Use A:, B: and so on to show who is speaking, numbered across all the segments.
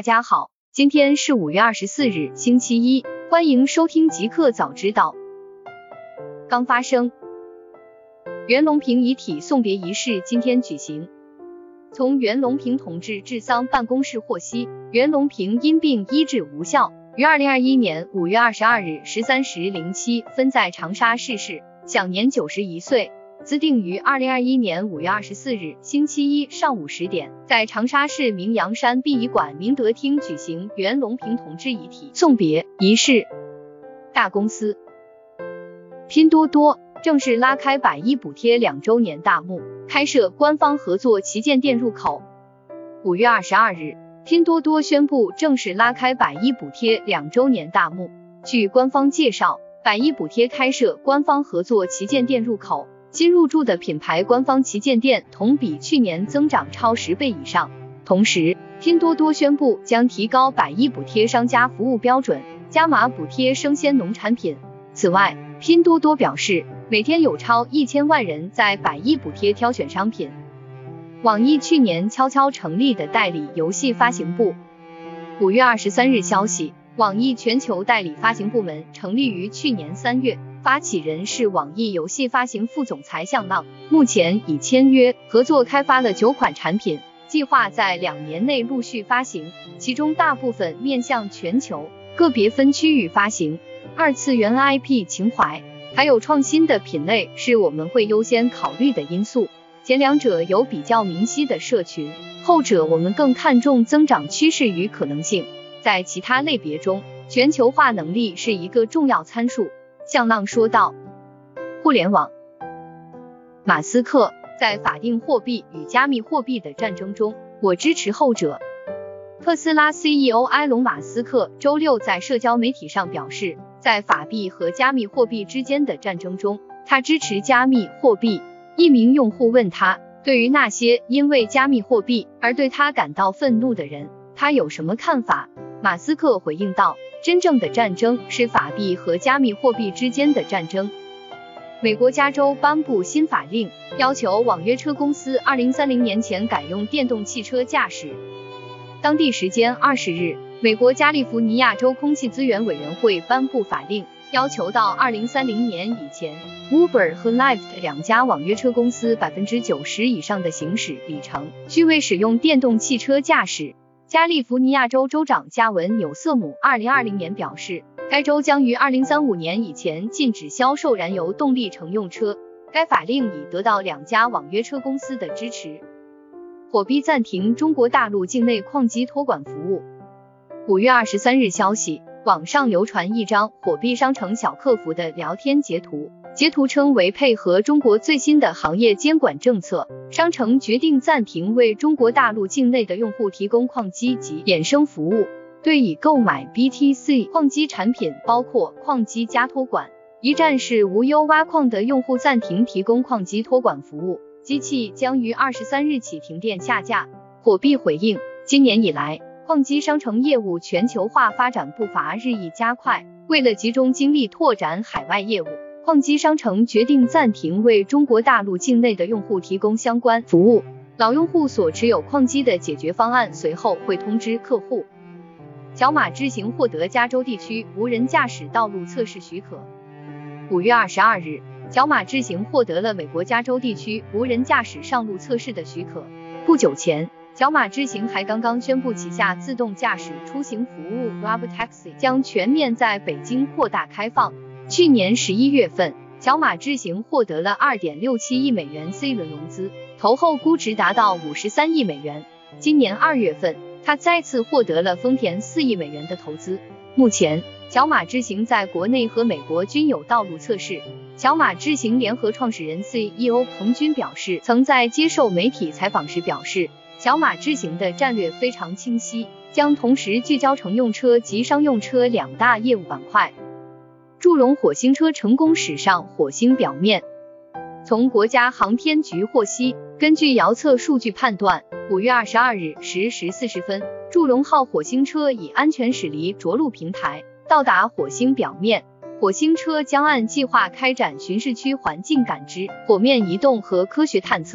A: 大家好，今天是5月24日，星期一，欢迎收听极客早知道。刚发生，袁隆平遗体送别仪式今天举行。从袁隆平同志治丧办公室获悉，袁隆平因病医治无效，于2021年5月22日13时07分在长沙逝世，享年91岁。自定于2021年5月24日星期一上午10点，在长沙市明阳山殡仪馆明德厅举行袁隆平同志遗体送别仪式。大公司拼多多正式拉开百亿补贴2周年大幕，开设官方合作旗舰店入口。5月22日，拼多多宣布正式拉开百亿补贴2周年大幕。据官方介绍，百亿补贴开设官方合作旗舰店入口。新入驻的品牌官方旗舰店同比去年增长超10倍以上。同时，拼多多宣布将提高百亿补贴商家服务标准，加码补贴生鲜农产品。此外，拼多多表示，每天有超1000万人在百亿补贴挑选商品。网易去年悄悄成立的代理游戏发行部。5月23日消息，网易全球代理发行部门成立于去年3月。发起人是网易游戏发行副总裁向浪，目前已签约合作开发了9款产品，计划在2年内陆续发行，其中大部分面向全球，个别分区域发行。二次元 IP 情怀还有创新的品类是我们会优先考虑的因素，前两者有比较明晰的社群，后者我们更看重增长趋势与可能性。在其他类别中，全球化能力是一个重要参数。向浪说道。互联网，马斯克在法定货币与加密货币的战争中，我支持后者。特斯拉 CEO 埃隆·马斯克周六在社交媒体上表示，在法币和加密货币之间的战争中，他支持加密货币。一名用户问他，对于那些因为加密货币而对他感到愤怒的人，他有什么看法？马斯克回应道，真正的战争是法币和加密货币之间的战争。美国加州颁布新法令，要求网约车公司2030年前改用电动汽车驾驶。当地时间20日，美国加利福尼亚州空气资源委员会颁布法令，要求到2030年以前 ，Uber 和 Lyft 两家网约车公司90%以上的行驶里程需为使用电动汽车驾驶。加利福尼亚州州长加文·纽瑟姆2020年表示，该州将于2035年以前禁止销售燃油动力乘用车。该法令已得到2家网约车公司的支持。火币暂停中国大陆境内矿机托管服务。5月23日消息，网上流传一张火币商城小客服的聊天截图，截图称为配合中国最新的行业监管政策，商城决定暂停为中国大陆境内的用户提供矿机及衍生服务，对已购买 BTC 矿机产品，包括矿机加托管、一站式无忧挖矿的用户暂停提供矿机托管服务，机器将于23日起停电下架。火币回应，今年以来，矿机商城业务全球化发展步伐日益加快，为了集中精力拓展海外业务，矿机商城决定暂停为中国大陆境内的用户提供相关服务。老用户所持有矿机的解决方案随后会通知客户。角马智行获得加州地区无人驾驶道路测试许可。5月22日，角马智行获得了美国加州地区无人驾驶上路测试的许可。不久前，角马智行还刚刚宣布旗下自动驾驶出行服务 Robotaxi 将全面在北京扩大开放。去年11月份，角马智行获得了 2.67 亿美元 C 轮融资，投后估值达到53亿美元。今年2月份，他再次获得了丰田4亿美元的投资。目前，角马智行在国内和美国均有道路测试。角马智行联合创始人 CEO 彭军表示，曾在接受媒体采访时表示，角马智行的战略非常清晰，将同时聚焦乘用车及商用车2大业务板块。祝融火星车成功驶上火星表面。从国家航天局获悉，根据遥测数据判断，5月22日10时40分，祝融号火星车已安全驶离着陆平台，到达火星表面。火星车将按计划开展巡视区环境感知、火面移动和科学探测。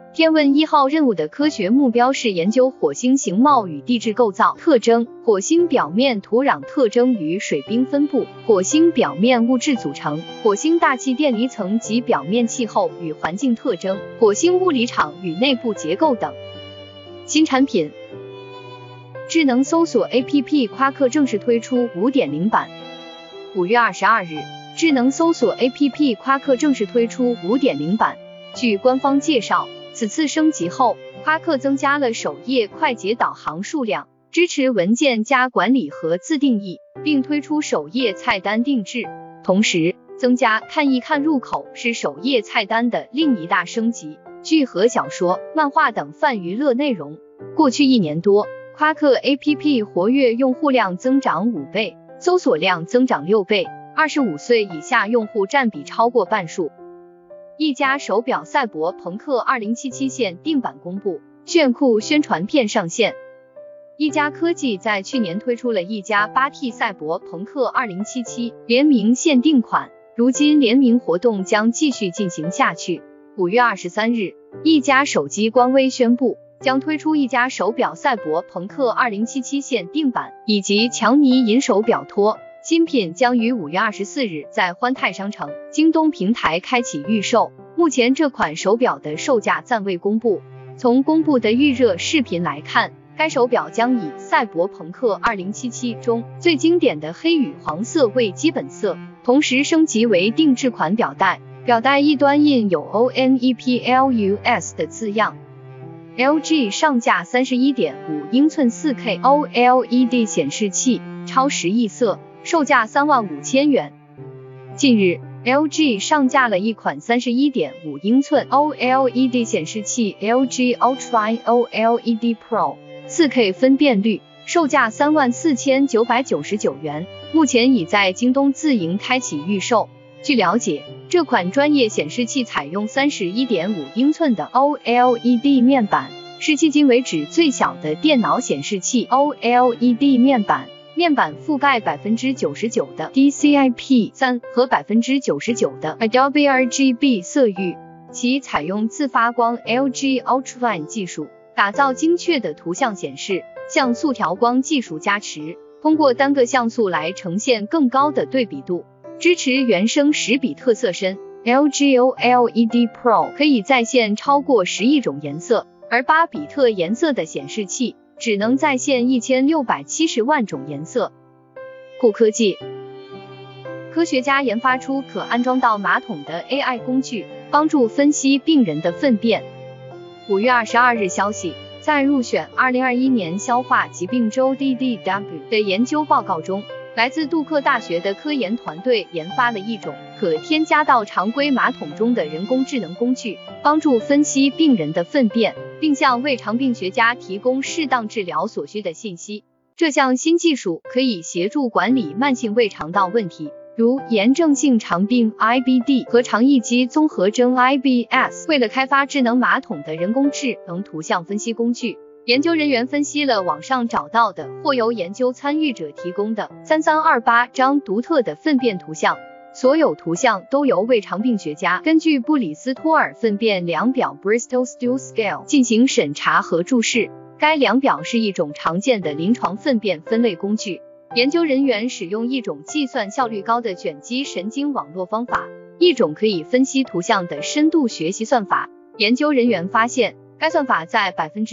A: 天问1号任务的科学目标是研究火星形貌与地质构造特征、火星表面土壤特征与水冰分布、火星表面物质组成、火星大气电离层及表面气候与环境特征、火星物理场与内部结构等。新产品智能搜索 APP 夸克正式推出 5.0 版。5月22日，智能搜索 APP 夸克正式推出 5.0 版。据官方介绍，此次升级后，夸克增加了首页快捷导航数量，支持文件夹管理和自定义，并推出首页菜单定制。同时，增加看一看入口是首页菜单的另一大升级，聚合小说、漫画等泛娱乐内容。过去1年多，夸克 APP 活跃用户量增长5倍，搜索量增长6倍，25岁以下用户占比超过半数。一加手表赛博朋克2077限定版公布，炫酷宣传片上线。一加科技在去年推出了一加 8T 赛博朋克2077联名限定款，如今联名活动将继续进行下去。5月23日，一加手机官微宣布，将推出一加手表赛博朋克2077限定版以及强尼银手表托。新品将于5月24日在欢泰商城、京东平台开启预售。目前这款手表的售价暂未公布。从公布的预热视频来看，该手表将以赛博朋克2077中最经典的黑与黄色为基本色，同时升级为定制款表带，表带一端印有 ONEPLUS 的字样。LG 上架 31.5 英寸 4K OLED 显示器，超10亿色，售价35000元。近日，LG 上架了一款 31.5 英寸 OLED 显示器 LG Ultra OLED Pro， 4K 分辨率，售价34999元，目前已在京东自营开启预售。据了解，这款专业显示器采用 31.5 英寸的 OLED 面板，是迄今为止最小的电脑显示器 OLED 面板。面板覆盖 99% 的 DCI-P3 和 99% 的 Adobe RGB 色域，其采用自发光 LG Ultraviolet 技术，打造精确的图像显示，像素调光技术加持，通过单个像素来呈现更高的对比度，支持原生10比特色深。LG OLED Pro 可以再现超过10亿种颜色，而8比特颜色的显示器只能再现1670万种颜色。酷科技，科学家研发出可安装到马桶的 AI 工具，帮助分析病人的粪便。5月22日消息，在入选2021年消化疾病周 DDW 的研究报告中，来自杜克大学的科研团队研发了一种可添加到常规马桶中的人工智能工具，帮助分析病人的粪便，并向胃肠病学家提供适当治疗所需的信息。这项新技术可以协助管理慢性胃肠道问题，如炎症性肠病 IBD 和肠易激综合征 IBS。为了开发智能马桶的人工智能图像分析工具，研究人员分析了网上找到的或由研究参与者提供的3328张独特的粪便图像。所有图像都由胃肠病学家根据布里斯托尔粪便量表 Bristol Stool Scale 进行审查和注释。该量表是一种常见的临床粪便分类工具。研究人员使用一种计算效率高的卷积神经网络方法，一种可以分析图像的深度学习算法。研究人员发现，该算法在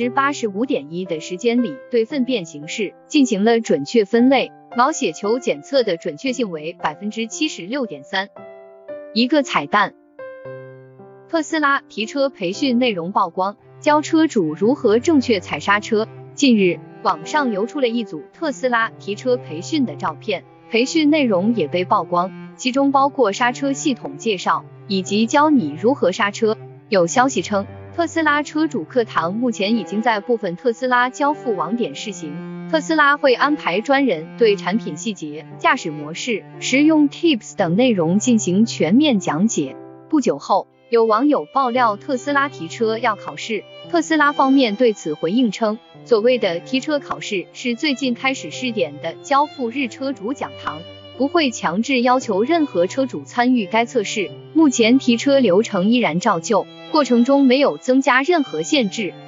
A: 85.1% 的时间里对粪便形式进行了准确分类，毛血球检测的准确性为 76.3%。 一个彩蛋，特斯拉提车培训内容曝光，教车主如何正确踩刹车。近日，网上流出了一组特斯拉提车培训的照片，培训内容也被曝光，其中包括刹车系统介绍以及教你如何刹车。有消息称，特斯拉车主课堂目前已经在部分特斯拉交付网点试行，特斯拉会安排专人对产品细节、驾驶模式、实用 tips 等内容进行全面讲解。不久后，有网友爆料特斯拉提车要考试，特斯拉方面对此回应称，所谓的提车考试是最近开始试点的交付日车主讲堂，不会强制要求任何车主参与该测试，目前提车流程依然照旧。 过程中没有增加任何限制。